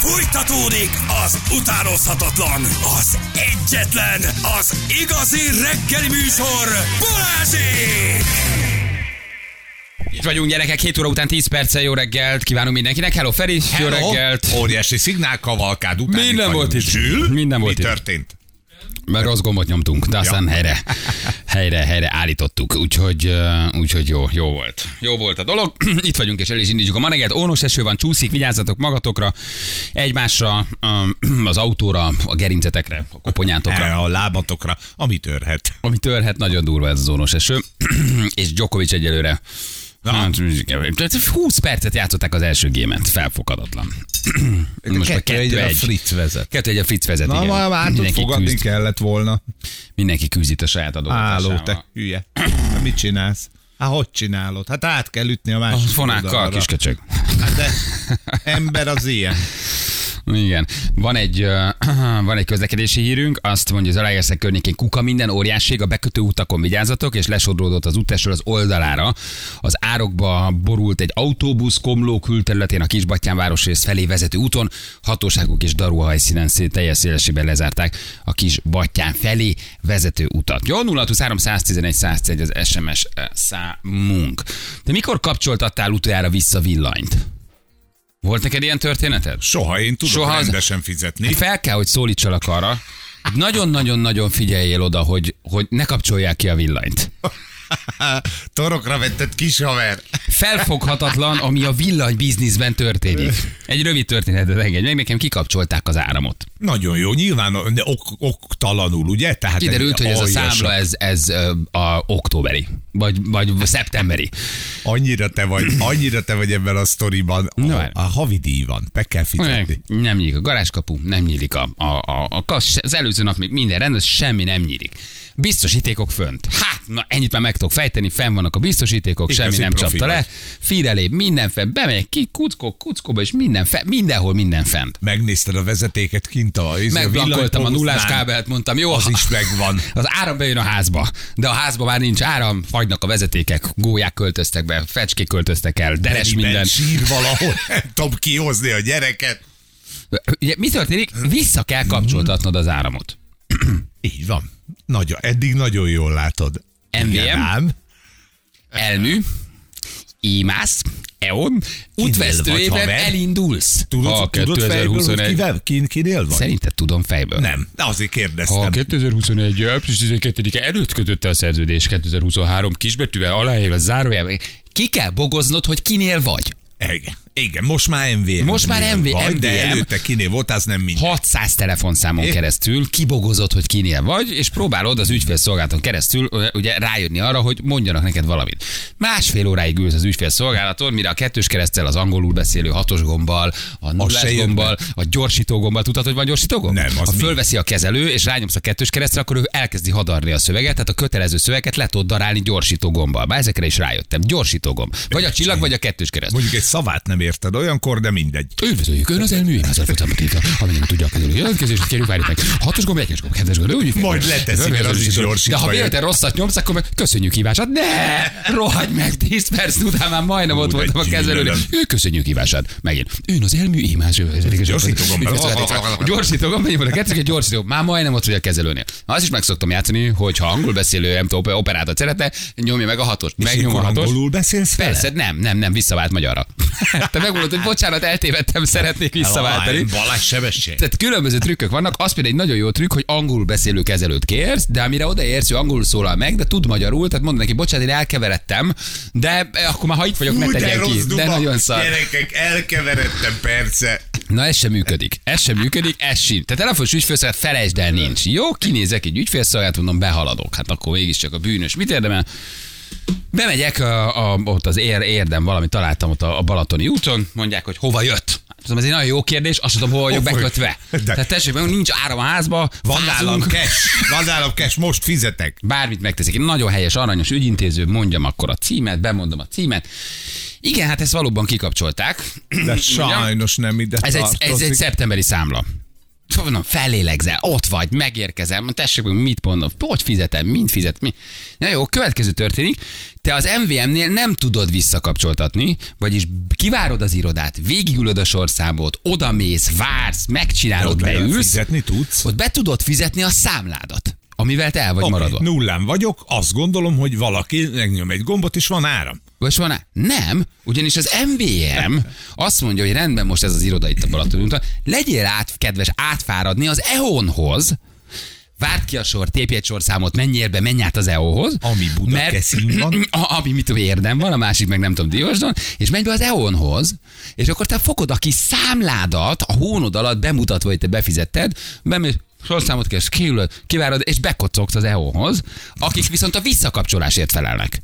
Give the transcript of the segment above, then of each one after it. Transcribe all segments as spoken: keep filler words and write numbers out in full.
Fújtatódik az utánozhatatlan, az egyetlen, az igazi reggeli műsor, Balázsék! Itt vagyunk, gyerekek, hét óra után tíz perccel jó reggelt kívánunk mindenkinek. Hello Feri, jó reggelt! Óriási szignálkavalkád után. Minden volt itt. Zsül? Minden volt Mi itt. történt? Mert rossz gombot nyomtunk, de aztán ja. helyre, helyre, helyre állítottuk. Úgyhogy, uh, úgyhogy jó, jó volt. Jó volt a dolog. Itt vagyunk, és el is indítjuk a ma reggelt. Ónos eső van, csúszik, vigyázzatok magatokra, egymásra, um, az autóra, a gerincetekre, a koponyátokra. A lábatokra, ami törhet. Ami törhet, nagyon durva ez az ónos eső. És Djokovic egyelőre hát, húsz percet játszották az első gémet, felfogadatlan. Most kettő egy a Fritz vezet. Kettő egy a Fritz vezet, na, igen. Na, már tud fogadni küzd. Kellett volna. Mindenki küzdít a saját adóztatásával. Álló, te hülye. Hát mit csinálsz? Hát hogy csinálod? Hát át kell ütni a másik a fonákkal, kisköcsög. Hát de ember az ilyen. Igen. Van egy, uh, van egy közlekedési hírünk, azt mondja, az Zalaegerszeg környékén kuka minden, óriásség, a bekötő utakon vigyázzatok, és lesodródott az úttestről az oldalára. Az árokba borult egy autóbusz Komló külterületén a Kisbattyánvárosrész felé vezető úton. Hatóságok és daru helyszínen teljes szélesében lezárták a Kisbattyán felé vezető utat. Jó, nulla huszonhárom száztizenegy százegy az es em es számunk. De mikor kapcsoltattál utoljára vissza villanyt? Volt neked ilyen történeted? Soha, én tudom Soha rendesen fizetni. Fel kell, hogy szólítsalak arra, hogy nagyon-nagyon-nagyon figyeljél oda, hogy, hogy ne kapcsolják ki a villanyt. Torokra vetted, kis haver. Felfoghatatlan, ami a villany bizniszben történik. Egy rövid történetet engedj meg, nekem kikapcsolták az áramot. Nagyon jó, nyilván ok, oktalanul, ugye? Tehát kiderült, hogy ez a számla, ez, ez a októberi, vagy, vagy szeptemberi. Annyira te vagy, annyira te vagy ebben a sztoriban. A, a, a havidíj van, be kell fizetni. Nem nyílik a garázskapu, nem nyílik a, a, a, a kasz, az előző nap még minden rendes, semmi nem nyílik. Biztosítékok fönt. Hát, na ennyit már meg tudok fejteni, fenn vannak a biztosítékok, igazi semmi nem csapta le. Firelébb, minden fent, bemegyek ki, kuckok, kuckóba, és minden fent, mindenhol minden fent. Megnézted a vezetéket kint a megblankoltam a nullás kábelt, mondtam, jó, az is megvan. Az áram bejön a házba, de a házba már nincs áram, fagynak a vezetékek, gólyák költöztek be, fecskék költöztek el, deres Mennyiben minden. Sír valahol, nem tudom kihozni a gyereket. Ugye, mi történik? Vissza kell kapcsoltatnod az áramot. Így van. Nagyon, eddig nagyon jól látod. em vé em, Elmű, Imász, e o n, útvesztőében elindulsz. Tudod, tudod fejből, hogy kivel, kin, kinél van? Szerinted tudom fejből. Nem, de azért kérdeztem. Ha kétezer-huszonegy. április tizenkettedike előtt kötötte a szerződés kétezer-huszonhárom kisbetűvel, aláírva, zárójelben, ki kell bogoznod, hogy kinél vagy. Igen, igen, most már em vé em. Most már em vé em. De előtte kinél volt, az nem mindegy. hatszáz telefonszámon é? keresztül kibogozott, hogy kinél vagy, és próbálod az ügyfélszolgálaton keresztül ugye rájönni arra, hogy mondjanak neked valamit. Másfél óráig ülsz az ügyfélszolgálaton, mire a kettős kereszttel, az angolul beszélő hatos gombbal, a nullás gombbal, a gyorsító gombbal, tudod, hogy van gyorsító gomb? Nem, az ha mi? fölveszi a kezelő, és rányomsz a kettős keresztre, akkor ő elkezdi hadarni a szöveget, tehát a kötelező szöveget le tudod darálni gyorsító gombbal. Bár ezekre is rájöttem. Gyorsító gomb. Vagy a csillag, vagy a kettős kereszt. Mondjuk egy szavát nem érted olyankor, de mindegy. Üdvözöljük, ön az elmű, az elfogyasztottam, amennyi tudja a kezelő. Jelentkezést kérjük, várjuk meg. Hatos gomb, egyes gomb, kettes gomb. Majd leteszi, mert az is gyorsítva. De ha véletlen rosszat nyomsz, akkor meg köszönjük hívását. Ne! Rohagy meg, tíz perc után már majdnem ott voltam a kezelőnél. Ő köszönjük hívását. Megint. Ön az elmű, imás. Gyorsító gomb. Gyorsító gomb, mennyi volt a kettős, gyorsító. Már majdnem ott vagy a kezelőnél. Azt is meg szoktam játszani, hogy ha angol beszélő, nem tudom, operátort szeretne, nyomja meg a hatost. Megnyom a hatost. Angolul beszélsz vele? Persze, nem, nem, nem, visszavált magyarra. Te megmondod, hogy bocsánat, eltévedtem, szeretnék visszaváltani. Balázs sebesség. Tehát különböző trükkök vannak. Az például egy nagyon jó trükk, hogy angolul beszélő kezelőt kérsz, de amire odaérsz, ő angolul szólal meg, de tud magyarul, tehát mondd neki, bocsánat, én elkeveredtem, de akkor már ha itt vagyok, ne tegyen ki. De nagyon szar. Gyerekek, elkeveredtem, persze. Na ez sem működik. Ez sem működik, ez sincs. Tehát telefonos ügyfélszolgálat, felejtsd el, nincs. Jó, kinézek egy ügyfélszolgálat, mondom, behaladok. Hát akkor mégiscsak a bűnös. Mit érdemel? Bemegyek a, a, ott az ér, érdem, valamit találtam ott a, a Balatoni úton, mondják, hogy hova jött. Tudom, ez egy nagyon jó kérdés, azt tudom, hol vagyok bekötve. De. Tehát tessék, nincs áram a házba, van nálam cash, van nálam cash, most fizetek. Bármit megteszik. Egy nagyon helyes, aranyos ügyintéző, mondjam akkor a címet, bemondom a címet. Igen, hát ezt valóban kikapcsolták. De sajnos nem ide ez egy, ez egy szeptemberi számla. mondom, fellélegzel, ott vagy, megérkezem, tessék meg, mit mondom, hogy fizetem, mind fizet, mi. Na jó, következő történik, te az em vé em-nél nem tudod visszakapcsoltatni, vagyis kivárod az irodát, végigülöd a sorszámot, odamész, vársz, megcsinálod, beülsz. Fizetni tudsz? Ott be tudod fizetni a számládat, amivel te el vagy okay, maradva. Nullán vagyok, azt gondolom, hogy valaki megnyom egy gombot, és van áram. Vagy van -e? Nem, ugyanis az em vé em azt mondja, hogy rendben, most ez az iroda itt a Balatonúton, legyél át, kedves átfáradni az é o en-hoz, várd ki a sor, tépj egy sorszámot, menjél be, menj át az é o-hoz. Ami Budakeszin van. A, ami mit tudom, Érdem van, a másik meg nem tudom, Diósdon, és menj be az é o en-hoz, és akkor te fogod a kis számládat a hónod alatt bemutatva, hogy te befizetted, bemész, sorszámot kezd, kiülöd, kivárod, és bekocogsz az é o en-hoz, akik viszont a visszakapcsolásért felelnek.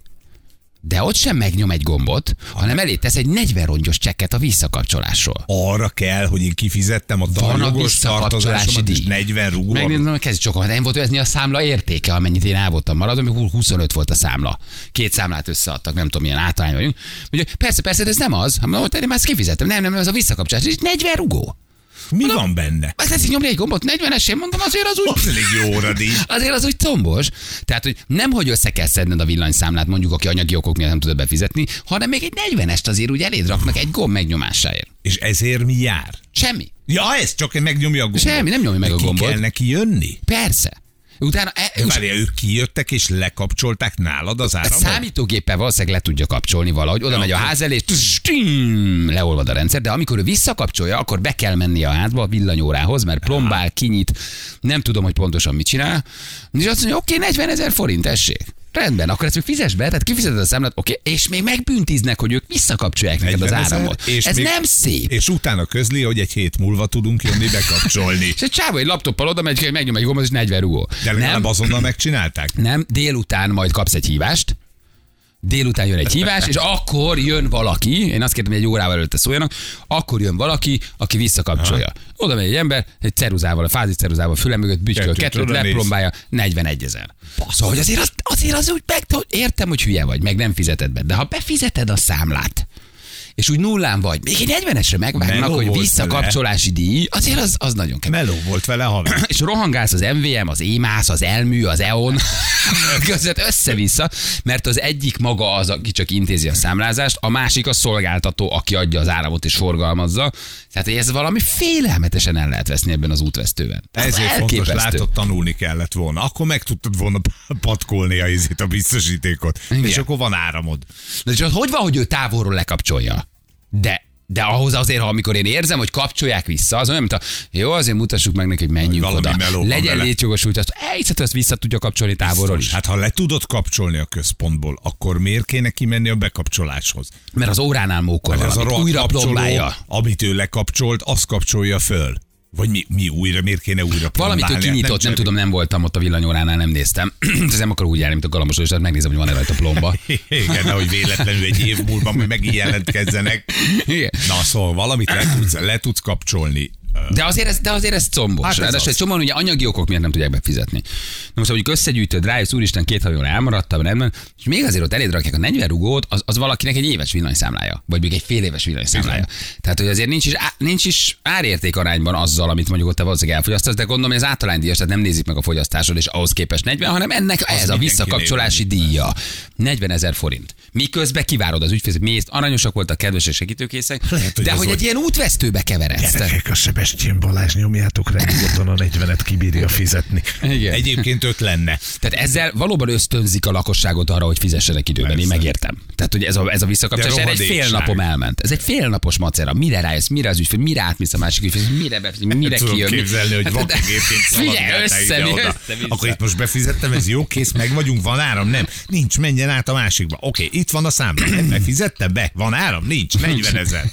De ott sem megnyom egy gombot, hanem elé tesz egy negyven rongyos csekket a visszakapcsolásról. Arra kell, hogy én kifizettem a jogos tartozásomat, és negyven rugó. Megnézem, hogy kezdj csak, nem volt ez a számla értéke, amennyit én el voltam maradva, amikor huszonöt volt a számla. Két számlát összeadtak, nem tudom, milyen általány vagyunk. Ugye, persze, persze, de ez nem az, hanem ott én már ezt kifizettem. Nem, nem, ez a visszakapcsolás, és negyven rugó. Mi mondom, van benne? Azt teszik nyomni egy gombot, negyvenesén mondom, azért az úgy... Az elég jó óra, azért az úgy combos. Tehát, hogy nem, hogy össze kell szedned a villanyszámlát, mondjuk, aki anyagi okok miatt nem tudod befizetni, hanem még egy negyvenest azért úgy eléd raknak egy gomb megnyomásáért. És ezért mi jár? Semmi. Ja, ez csak megnyomja a gombot. Semmi, nem nyomja meg de a gombot. Ki kell neki jönni? Persze. Utána... E, Várja, ők kijöttek és lekapcsolták nálad az áramot? A számítógéppel valószínűleg le tudja kapcsolni valahogy, oda ja, megy a ház elé, és leolvad a rendszer, de amikor ő visszakapcsolja, akkor be kell menni a házba a villanyórához, mert plombál, kinyit, nem tudom, hogy pontosan mit csinál, és azt mondja, oké, negyvenezer forint, tessék. Rendben, akkor ezt még fizes be, tehát kifizeted a számlát, oké, és még megbüntiznek, hogy ők visszakapcsolják neked az áramot. És ez még, nem szép. És utána közli, hogy egy hét múlva tudunk jönni bekapcsolni. És egy csávó egy laptoppal oda megy, megnyom egy gombot, és negyven rugó. De legalább azonnal megcsinálták? Nem, délután majd kapsz egy hívást, délután jön egy hívás, és akkor jön valaki, én azt kértem, hogy egy órával előtte szóljanak, akkor jön valaki, aki visszakapcsolja. Aha. Oda megy egy ember, egy ceruzával, a fázis ceruzával, füle mögött bütyköl, kettőt leplombálja, negyvenegy ezer. Szóval, hogy azért az, azért az úgy meg, értem, hogy hülye vagy, meg nem fizeted be, de ha befizeted a számlát, és úgy nullán vagy, még egy negyvenesre megvágnak, hogy visszakapcsolási díj, azért az, az nagyon kemény. Meló volt vele, haver. És rohangálsz az em vé em, az émász, az elmű, az é o en között össze-vissza, mert az egyik maga az, aki csak intézi a számlázást, a másik a szolgáltató, aki adja az áramot és forgalmazza. Tehát ez valami félelmetesen el lehet veszni ebben az útvesztőben. Ezért fontos, látod, tanulni kellett volna. Akkor meg tudtad volna patkolni a, izét, a biztosítékot. Igen. És akkor van áramod. De csak hogy van, hogy ő távolról lekapcsolja? De, de ahhoz azért, ha amikor én érzem, hogy kapcsolják vissza, az olyan, mint a jó, azért mutassuk meg neki, hogy menjünk oda. Legyen létjogosult, azt elhiszed, ezt vissza tudja kapcsolni távolról is. Hát ha le tudod kapcsolni a központból, akkor miért kéne kimenni a bekapcsoláshoz? Mert az óránál mókol valamit, újra plombálja. Amit ő lekapcsolt, azt kapcsolja föl. Vagy mi, mi újra, miért kéne újra plombálni? Valamit ő kinyitott, nem, nem tudom, nem voltam ott a villanyóránál, nem néztem. Ez nem akar úgy járni, mint a galambos, tehát megnézem, hogy van-e rajta plomba. Igen, nehogy véletlenül egy év múlva majd megint jelentkezzenek. Igen. Na szóval valamit le tudsz, le tudsz kapcsolni. De azért ez, de azért ez combos. Hát ráadásul egy csomóan ugye anyagi okok miatt nem tudják befizetni. Na most, hogy összegyűjtöd, rájössz, úristen, két hajóra elmaradtam, rendben, és még azért ott eléd rakják a negyven rugót, az, az valakinek egy éves villanyszámlája, vagy még egy fél éves villanyszámlája. Tehát, hogy azért nincs is, á, nincs is árérték arányban azzal, amit mondjuk ott te valószínűleg elfogyasztasz, de gondolom, hogy az általánydíjas, tehát nem nézik meg a fogyasztásod, és ahhoz képest negyven, hanem ennek az ez a visszakapcsolási díja. negyvenezer forint. Miközben kivárod az ügyfél, mézt, aranyosak voltak, kedves és segítőkészek, lehet, hogy de hogy egy ilyen útvesztőbe keveredsz. Sebestyén Balázs, nyomjátok rá, nyugodtan a negyvenet kibírja fizetni. Igen. Egyébként öt lenne. Tehát ezzel valóban ösztönzik a lakosságot arra, hogy fizessenek időben. Persze. Én megértem. Tehát, hogy ez a, ez a visszakapcsolás, erre egy fél napom elment. Ez egy fél napos macera. Mire rájössz, mire az ügyfél, mire átmész a másik ügyfél, mire befizetni, mire kijön. Tudom képzelni, hogy van gépként szaladgálták. Akkor itt most befizettem, ez jó, kész, meg vagyunk, van áram, nem. Nincs, menjen át a másikba. Oké, itt van a számla. Befizettem be? Van áram? Nincs. negyvenezer.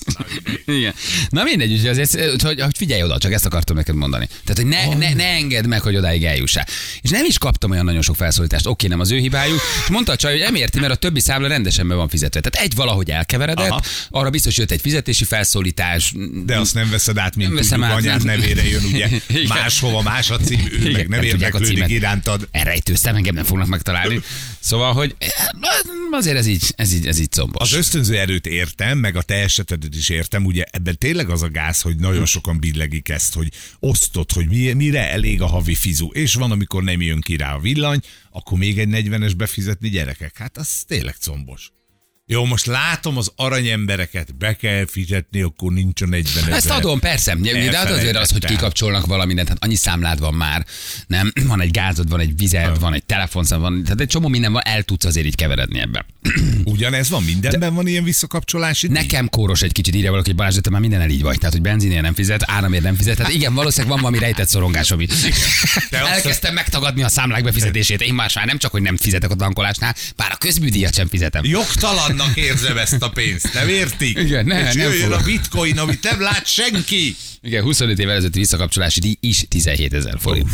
Igen. Na mindegy, ugye azért, hogy, hogy figyelj oda, csak ezt akartam neked mondani. Tehát, hogy ne, oh. ne, ne engedd meg, hogy odáig eljussál. És nem is kaptam olyan nagyon sok felszólítást, oké, nem az ő hibájuk. És mondta a csaj, hogy nem érti, mert a többi számla rendesen be van fizetve. Tehát egy valahogy elkeveredett, aha, arra biztos jött egy fizetési felszólítás. De azt nem veszed át, mint tudjuk, anyád nevére jön, ugye máshova, más a cím, ő meg nem érdeklődik irántad. Elrejtőztem, engem nem fognak megtalálni. Szóval, hogy azért ez így, ez így, ez így combos. Az ösztönző erőt értem, meg a te esetedet is értem, ugye ebben tényleg az a gáz, hogy nagyon sok sokan billegik ezt, hogy osztott, hogy mi, mire elég a havi fizu, és van, amikor nem jön ki rá a villany, akkor még egy negyvenes befizetni, gyerekek. Hát az tényleg combos. Jó, most látom az aranyembereket, be kell fizetni, akkor nincs a negyven ezer. Ezt adom, persze. De hát azért az, hogy kikapcsolnak valamit, hát annyi számlád van már. Nem, van egy gázod, van egy vized, van egy telefonszám, van, tehát egy csomó minden van, el tudsz azért így keveredni ebbe. Ugyanez van, mindenben de van ilyen visszakapcsolási díj? Nekem kóros egy kicsit, írja valaki, Balázs, te már mindennel így vagy. Tehát, hogy benzinért nem fizet, áramért nem fizet. Tehát igen, valószínűleg van valami rejtett szorongás, ami elkezdtem megtagadni a számlák befizetését. Én más már nem csak, hogy nem fizetek a tankolásnál, bár a közműdíjat sem fizetem. Jogtalannak érzem ezt a pénzt, nem értik? Igen, ne, és nem jöjjön fogom. a bitcoin, amit nem lát senki. Igen, huszonöt évvel ezelőtti visszakapcsolási díj is tizenhétezer forint.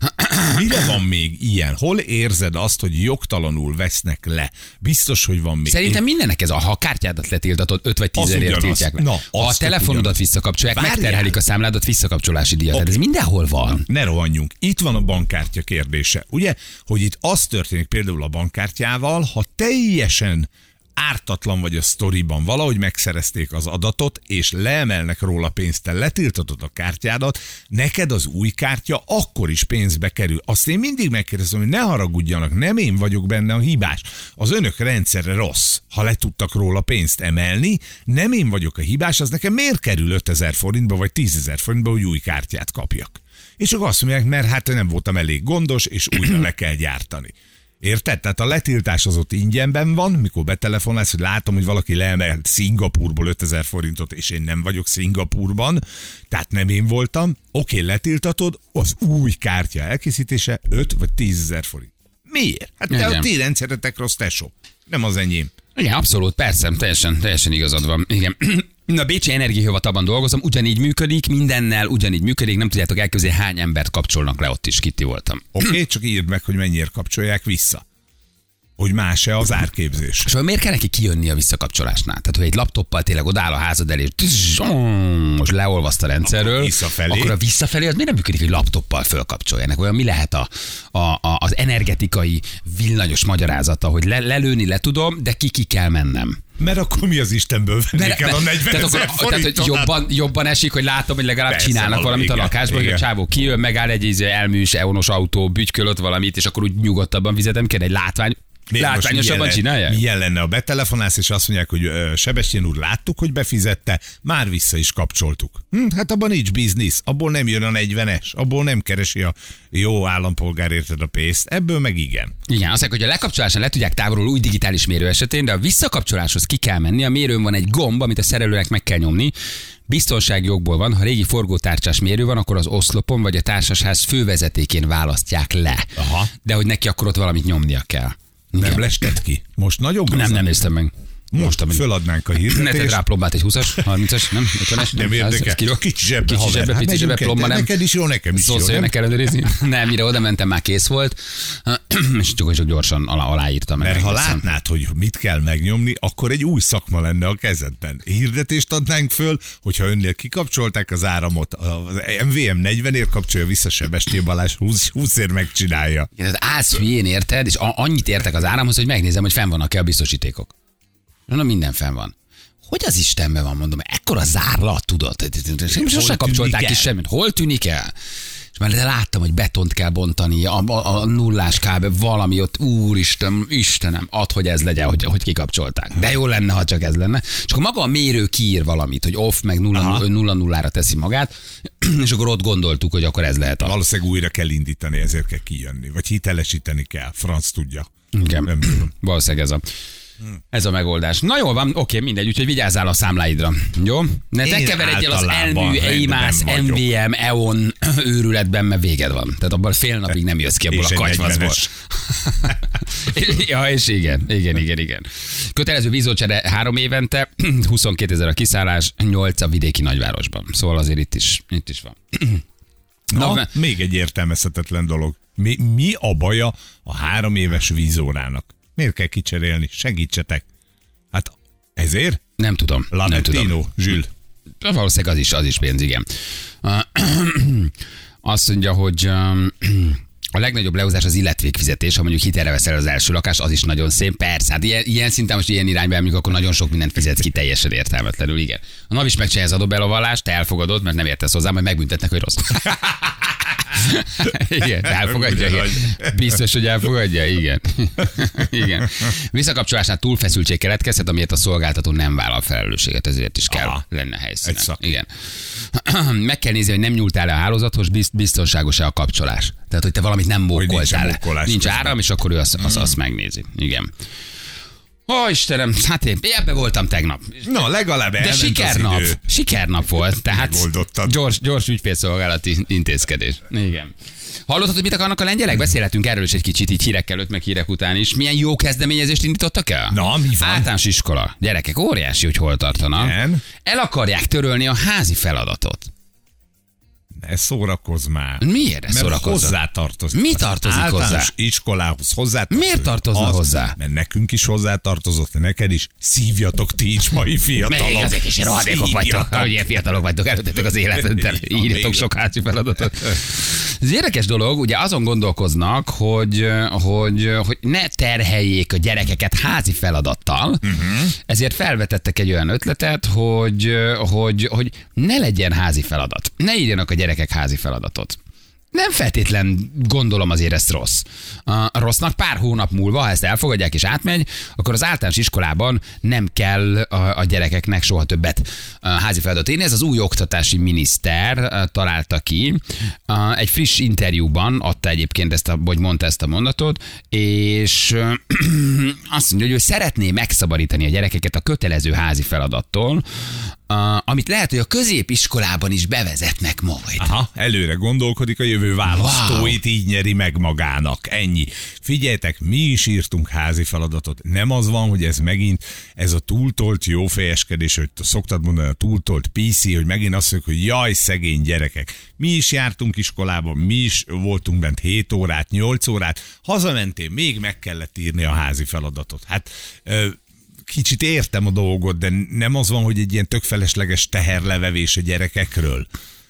Mire van még ilyen? Hol érzed azt, hogy jogtalanul vesznek le? Biztos, hogy van még. Szerintem mindennek ez a, ha a kártyádat letiltatod, öt vagy tíz ezerért tiltják le. Na, ha a telefonodat ugyanaz. Visszakapcsolják, Várjál. megterhelik a számládat, visszakapcsolási díjat. Okay. Tehát ez mindenhol van. Ne rohanjunk. Itt van a bankkártya kérdése. Ugye, hogy itt az történik például a bankkártyával, ha teljesen ártatlan vagy a sztoriban, valahogy megszerezték az adatot, és leemelnek róla pénzt, te letiltatod a kártyádat, neked az új kártya akkor is pénzbe kerül. Azt én mindig megkérdezem, hogy ne haragudjanak, nem én vagyok benne a hibás. Az önök rendszere rossz, ha le tudtak róla pénzt emelni, nem én vagyok a hibás, az nekem miért kerül ötezer forintba, vagy tízezer forintba, hogy új kártyát kapjak. És akkor azt mondják, mert hát nem voltam elég gondos, és újra le kell gyártani. Érted? Tehát a letiltás az ott ingyenben van, mikor betelefonálsz, hogy látom, hogy valaki leemelt Szingapúrból ötezer forintot, és én nem vagyok Szingapúrban, tehát nem én voltam. Oké, okay, letiltatod, az új kártya elkészítése öt vagy tízezer forint. Miért? Hát te a ti rendszeretek rossz, tesó. Nem az enyém. Igen, abszolút, persze, teljesen, teljesen igazad van. Igen. Na, Bécsi Energiahivatalban dolgozom, ugyanígy működik, mindennel ugyanígy működik, nem tudjátok elképzelni, hány embert kapcsolnak le, ott is Kitti voltam. Oké, okay, csak írd meg, hogy mennyire kapcsolják vissza. Hogy más-e az árképzés. És miért kell neki kijönni a visszakapcsolásnál? Tehát, hogy egy laptoppal tényleg odáll a házad elé, és most leolvaszt a rendszerről, visszafelé. Akkor a visszafelé az miért nem működik, hogy laptoppal fölkapcsoljanak? Olyan mi lehet a, a, a, az energetikai villanyos magyarázata, hogy le, lelőni le tudom, de ki ki kell mennem? Mert akkor mi az Istenből vennék el a negyvenezer forintot? Tehát jobban, jobban esik, hogy látom, hogy legalább persze, csinálnak valamit igen, a lakásban, hogy a csávó kijön, megáll egy elműs, eonos autó, bütykül ott valamit, és akkor úgy nyugodtabban fizetem, kell egy látvány. Látványosabban csinálják? Milyen lenne, a betelefonálsz, és azt mondják, hogy Sebestyén úr, láttuk, hogy befizette, már vissza is kapcsoltuk. Hm, hát abban nincs biznisz, abból nem jön a negyvenes, abból nem keresi a jó állampolgár, érted, a pénzt, ebből meg igen. Igen, azt mondják, hogy a lekapcsolásán le tudják távolról új digitális mérő esetén, de a visszakapcsoláshoz ki kell menni, a mérőn van egy gomb, amit a szerelőnek meg kell nyomni. Biztonsági jogból van, ha régi forgótárcsás mérő van, akkor az oszlopon vagy a társasház fővezetékén választják le. Aha. De hogy neki akkor ott valamit nyomnia kell. Nem igen. Lested ki? Most nagyon gazdag. Nem, nem néztem meg. Most, most föladnánk a hirdetést. Ne tedd rá plombát egy húszas, harmincas, nem? ötvenes, nem érdekel. Kicsi zsebbe, kicsi zsebbe, pici zsebbe, plomba nem. Neked is jó, nekem is Szóval jó. Szóval kell előrizni. Nem, mire oda mentem, már kész volt. És csak, csak gyorsan alá, aláírtam. Mert ha látnád, hogy mit kell megnyomni, akkor egy új szakma lenne a kezedben. Hirdetést adnánk föl, hogyha önnél kikapcsolták az áramot, az em vé em negyvenért kapcsolja vissza Sebestyén Balázs, húszért megcsinálja. Igen, tehát állsz hülyén, érted, és annyit értek az áramhoz, hogy megnézem, hogy fenn vannak-e a biztosítékok. Na, minden fenn van. Hogy az Istenben van, mondom, ekkora zárlat, tudod? Sosem kapcsolták ki semmit. Hol tűnik el? És már de láttam, hogy betont kell bontani, a, a, a nullás kábel, valami ott, úristen, Istenem, add, hogy ez legyen, hogy, hogy kikapcsolták. De jó lenne, ha csak ez lenne. És akkor maga a mérő kiír valamit, hogy off, meg nulla, nulla nullára teszi magát, és akkor ott gondoltuk, hogy akkor ez lehet. A... Valószínűleg újra kell indítani, ezért kell kijönni. Vagy hitelesíteni kell, franc tudja. Igen, nem tudom. Valószínűleg ez a... Ez a megoldás. Na jól van, oké, mindegy, úgyhogy vigyázzál a számláidra. Jó? Ne te keveredj el az elmű, eimász, em vé em, e o en őrületben, mert véged van. Tehát abban fél napig nem jössz ki abból a katyvaszból. Ja, és igen, igen, igen, igen. Kötelező vízolcsere három évente, huszonkétezer a kiszállás, nyolc a vidéki nagyvárosban. Szóval azért itt is, itt is van. Na, Na még egy értelmezhetetlen dolog. Mi, mi a baja a három éves vízórának? Miért kell kicserélni? Segítsetek. Hát ezért? Nem tudom. Lamentino, Zsül. Valószínűleg az is, az is pénz, igen. Azt mondja, hogy A legnagyobb lehúzás az illetvégfizetés, ha mondjuk hitelre veszel az első lakást, az is nagyon szép. Persze, hát ilyen, ilyen szinten most ilyen irányba mondjuk, akkor nagyon sok mindent fizetsz ki teljesen értelmetlenül, igen. A NAV is megcsinálja az adóbelovallást, te elfogadod, mert nem értesz hozzá, majd megbüntetnek, hogy rossz. Igen, elfogadja, igen. Biztos, hogy elfogadja, igen. Igen. Visszakapcsolásnál túlfeszültség keletkezhet, amiért a szolgáltató nem vállal felelősséget, ezért is kell Aha. lenne helyszínen. Igen. Meg kell nézni, hogy nem nyúltál-e a hálózathoz, biztonságos-e a kapcsolás. Tehát, hogy te valamit nem mókoltál le. Nincs áram, és akkor ő azt, azt, azt megnézi. Igen. Ó, Istenem, hát én ebbe voltam tegnap. Na, legalább De sikernap, sikernap volt, tehát gyors, gyors ügyfélszolgálati intézkedés. Igen. Hallottad, hogy mit akarnak a lengyelek? Beszélhetünk erről is egy kicsit, így hírek előtt, meg hírek után is. Milyen jó kezdeményezést indítottak el? Na, mi van? Általános iskola. Gyerekek, óriási, hogy hol tartanak. Igen. El akarják törölni a házi feladatot. Ne szórakozz már. Miért ne szórakozz? Hozzá tartozik. Mi tartozik hozzá? Iskolához hozzá tartozik. Miért tartozna az, hozzá? Mert nekünk is hozzá tartozott, neked is. Szívjatok ti is, mai fiatalok. Még ezek is rohadékok vagytok, hogy ilyen fiatalok vagytok, előttetek az életet, írjatok sok házi feladatot. Ez érdekes dolog, ugye azon gondolkoznak, hogy, hogy, hogy ne terheljék a gyerekeket házi feladattal, uh-huh. ezért felvetettek egy olyan ötletet, hogy, hogy, hogy ne legyen házi feladat. Ne írjanak a gyerekek házi feladatot. Nem feltétlen gondolom azért ezt rossz. A rossznak pár hónap múlva, ha ezt elfogadják és átmegy, akkor az általános iskolában nem kell a, a gyerekeknek soha többet házi feladatot írni. Ez az új oktatási miniszter találta ki. Egy friss interjúban adta egyébként ezt a, vagy mondta ezt a mondatot, és azt mondja, hogy ő szeretné megszabadítani a gyerekeket a kötelező házi feladattól, Uh, amit lehet, hogy a középiskolában is bevezetnek majd. Aha, előre gondolkodik, a jövő választóit wow. így nyeri meg magának. Ennyi. Figyeljetek, mi is írtunk házi feladatot. Nem az van, hogy ez megint, ez a túltolt jófejeskedés, hogy szoktad mondani, a túltolt pé cé, hogy megint azt mondjuk, hogy jaj, szegény gyerekek. Mi is jártunk iskolában, mi is voltunk bent hét órát, nyolc órát, hazamentél, még meg kellett írni a házi feladatot. Hát... Ö, Kicsit értem a dolgot, de nem az van, hogy egy ilyen tök felesleges teherlevevés a gyerekekről.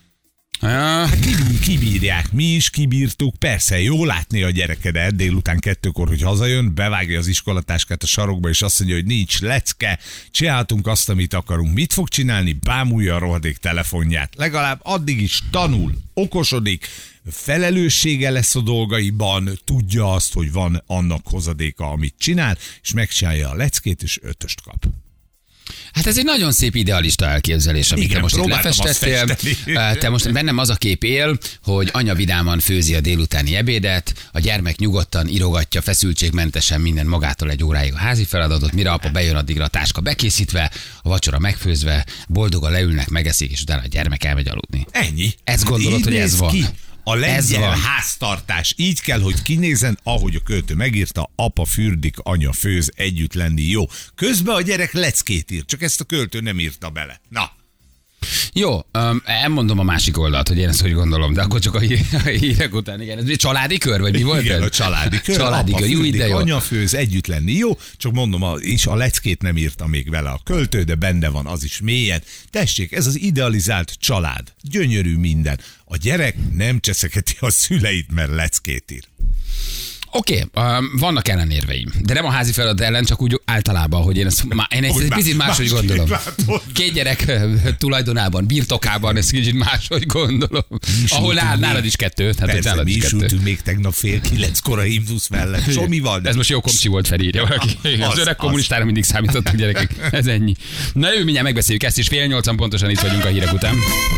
Hát kibírják, mi is kibírtuk, persze jó látni a gyerekedet délután kettőkor, hogy hazajön, bevágja az iskolatáskát a sarokba, és azt mondja, hogy nincs lecke, csináltunk azt, amit akarunk. Mit fog csinálni? Bámulja a rohadék telefonját. Legalább addig is tanul, okosodik, felelőssége lesz a dolgaiban, tudja azt, hogy van annak hozadéka, amit csinál, és megcsinálja a leckét, és ötöst kap. Hát ez egy nagyon szép idealista elképzelés, amit te most itt lefestettél. Te most bennem az a kép él, hogy anya vidáman főzi a délutáni ebédet, a gyermek nyugodtan írogatja feszültségmentesen minden magától egy óráig a házi feladatot, mire apa bejön, addigra a táska bekészítve, a vacsora megfőzve, boldogan leülnek, megeszik, és utána a gyermek elmegy aludni. Ennyi. Ezt gondolod, hogy ez van. Ki. A lengyel háztartás így kell, hogy kinézen, ahogy a költő megírta, apa fürdik, anya főz, együtt lenni jó. Közben a gyerek leckét ír, csak ezt a költő nem írta bele. Na. Jó, um, elmondom a másik oldalt, hogy én ezt hogy gondolom, de akkor csak a, hí- a hírek után, igen. Ez egy családi kör, vagy mi volt? Igen, a családi kör. Családi apa kör, jó, fürdik, jó. anya főz, együtt lenni jó, csak mondom, a, és a leckét nem írta még vele a költő, de benne van az is mélyen. Tessék, ez az idealizált család. Gyönyörű minden. A gyerek nem cseszeketi a szüleit, mert leckét ír. Oké, okay, um, vannak ellenérveim, de nem a házi feladat ellen, csak úgy általában, hogy én ezt, én ezt egy picit máshogy gondolom. Két gyerek tulajdonában, birtokában, ezt kicsit máshogy gondolom. Ahol nál, nálad is kettő. Tehát persze, nálad mi is ültünk még tegnap fél kilenckor a himnusz mellett. Somival. Ez most jó komcsi volt, felírja valaki. Az, az öreg kommunistára mindig számítottak, gyerekek. Ez ennyi. Na ő, mindjárt megbeszéljük ezt is, fél nyolcan pontosan itt vagyunk a hírek után.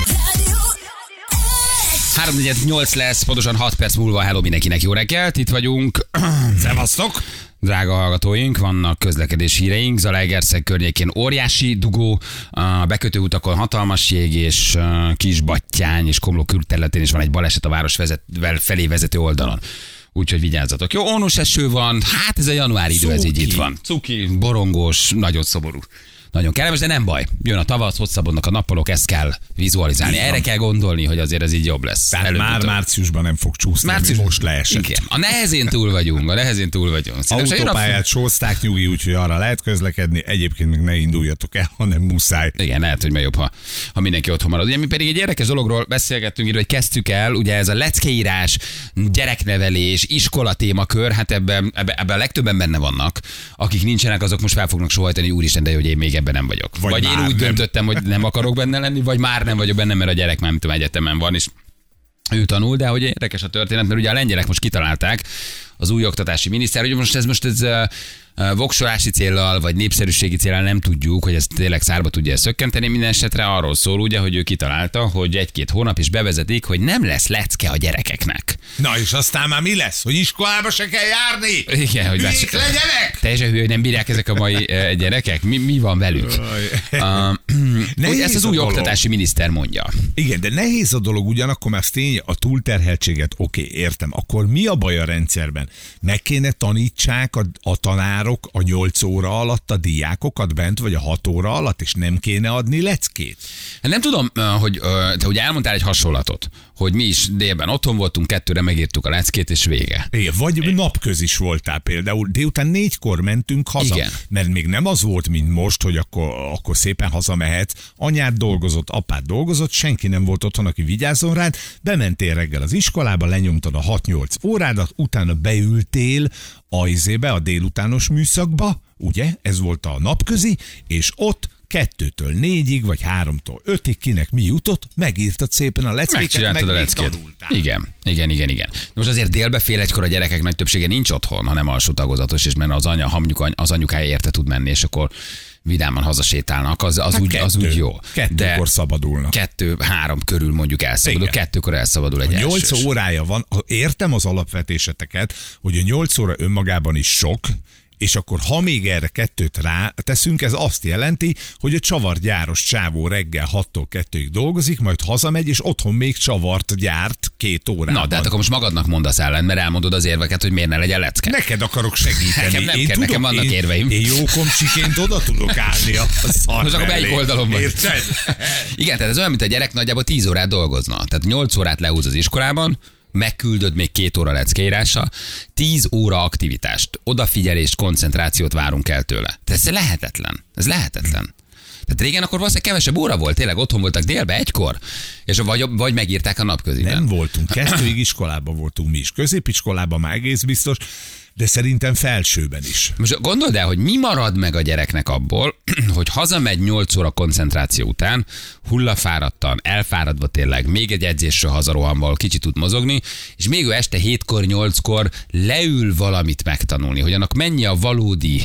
három negyvennyolc lesz, pontosan hat perc múlva. Hello mindenkinek, jó reggelt, itt vagyunk. Szevasztok! Drága hallgatóink, vannak közlekedés híreink. Zalaegerszeg környékén óriási dugó, a bekötőutakon hatalmas jég, és Kisbattyány és Komló külterületén is van egy baleset a város vezet, felé vezető oldalon. Úgyhogy vigyázzatok. Jó, ónos eső van, hát ez a januári idő, ez így itt van. Cuki, borongós, nagyon szomorú. nagyon kellemes, de nem baj. Jön a tavasz, hosszabbodnak a nappalok, ezt kell vizualizálni. Erre kell gondolni, hogy azért ez így jobb lesz. Tehát előbb már utóbb. Márciusban nem fog csúszni, Március... most leesett. Igen. A nehezén túl vagyunk, a nehezén túl vagyunk. Autópályát sózták, nyugi, úgyhogy arra lehet közlekedni, egyébként még ne induljatok el, hanem muszáj. Igen, lehet, hogy jobb, ha, ha mindenki otthon marad. Ugye mi pedig egy érdekes dologról beszélgettünk, hogy kezdtük el, ugye ez a leckeírás, gyereknevelés, iskola témakör, hát ebben, ebben, ebben a legtöbben benne vannak. Akik nincsenek, azok most fel fognak sohajtani, hogy úristen, de hogy én még ebben nem vagyok. Vagy, vagy én úgy nem. döntöttem, hogy nem akarok benne lenni, vagy már nem vagyok benne, mert a gyerek már nem tudom, egyetemen van, és ő tanul, de hogy érdekes a történet, mert ugye a lengyelek most kitalálták, az új oktatási miniszter, hogy most ez most ez voksolási céllal, vagy népszerűségi céllal nem tudjuk, hogy ez tényleg szárba tudja szökkenteni. Minden esetre arról szól, ugye, hogy ő kitalálta, hogy egy-két hónap is bevezetik, hogy nem lesz lecke a gyerekeknek. Na és aztán már mi lesz? Hogy iskolába se kell járni? Igen, hogy más... legyenek! Teljesen hülye, hogy nem bírják ezek a mai gyerekek? Mi, mi van velük? uh, ezt az új dolog. Oktatási miniszter mondja. Igen, de nehéz a dolog, ugyanakkor már tény, a túlterheltséget, oké, okay, értem. Akkor mi a baj a rendszerben? Meg kéne tanítsák a, a tanárok a nyolc óra alatt a diákokat bent, vagy a hat óra alatt, és nem kéne adni leckét? Hát nem tudom, hogy te ugye elmondtál egy hasonlatot, hogy mi is délben otthon voltunk, kettőre megírtuk a leckét, és vége. Igen, vagy é. napköz voltál például, délután négykor mentünk haza, igen. Mert még nem az volt, mint most, hogy akkor, akkor szépen hazamehetsz. Anyád dolgozott, apád dolgozott, senki nem volt otthon, aki vigyázzon rád, bementél reggel az iskolába, lenyomtad a hat-nyolc órádat, utána beültél a izébe, a délutános műszakba, ugye, ez volt a napközi, és ott kettőtől négyig, vagy háromtól ötig, kinek mi jutott, megírtad szépen a leckéket, meg a leckét. Igen, igen, igen, igen. Most azért délbe fél egykor a gyerekek nagy többsége nincs otthon, hanem alsó tagozatos, és mert az, anya, hamnyuk, az anyukája érte tud menni, és akkor vidáman hazasétálnak, az, az, hát úgy, kettő, az úgy jó. Kettőkor szabadulnak. Kettő, három körül mondjuk elszabadul, igen. Kettőkor elszabadul egy nyolc elsős. Órája van, értem az alapvetéseteket, hogy a nyolc óra önmagában is sok, és akkor ha még erre kettőt rá teszünk, ez azt jelenti, hogy a csavargyáros csávó reggel hattól kettőig dolgozik, majd hazamegy, és otthon még csavart gyárt két órában. Na, de hát akkor most magadnak mondasz ellen, mert elmondod az érveket, hogy miért ne legyen lecke. Neked akarok segíteni. Nekem nem én kell, tudom, nekem vannak én, érveim. Én jó komcsiként oda tudok állni a szar most akkor mellé. melyik oldalon van? Érted? Igen, tehát ez olyan, mint a gyerek nagyjából tíz órát dolgozna. Tehát nyolc órát lehúz az iskolában, megküldöd még két óra leckeírással, tíz óra aktivitást, odafigyelést, koncentrációt várunk el tőle. Tehát ez lehetetlen. Ez lehetetlen. Tehát régen akkor valószínűleg kevesebb óra volt, tényleg otthon voltak délbe egykor, és vagy, vagy megírták a napköziben. Nem voltunk, kettőig iskolában voltunk mi is, középiskolában már egész biztos, de szerintem felsőben is. Most gondold el, hogy mi marad meg a gyereknek abból, hogy hazamegy nyolc óra koncentráció után, hullafáradtan, elfáradva tényleg, még egy edzésről hazarohanval kicsit tud mozogni, és még ő este hétkor, nyolckor leül valamit megtanulni, hogy annak mennyi a valódi,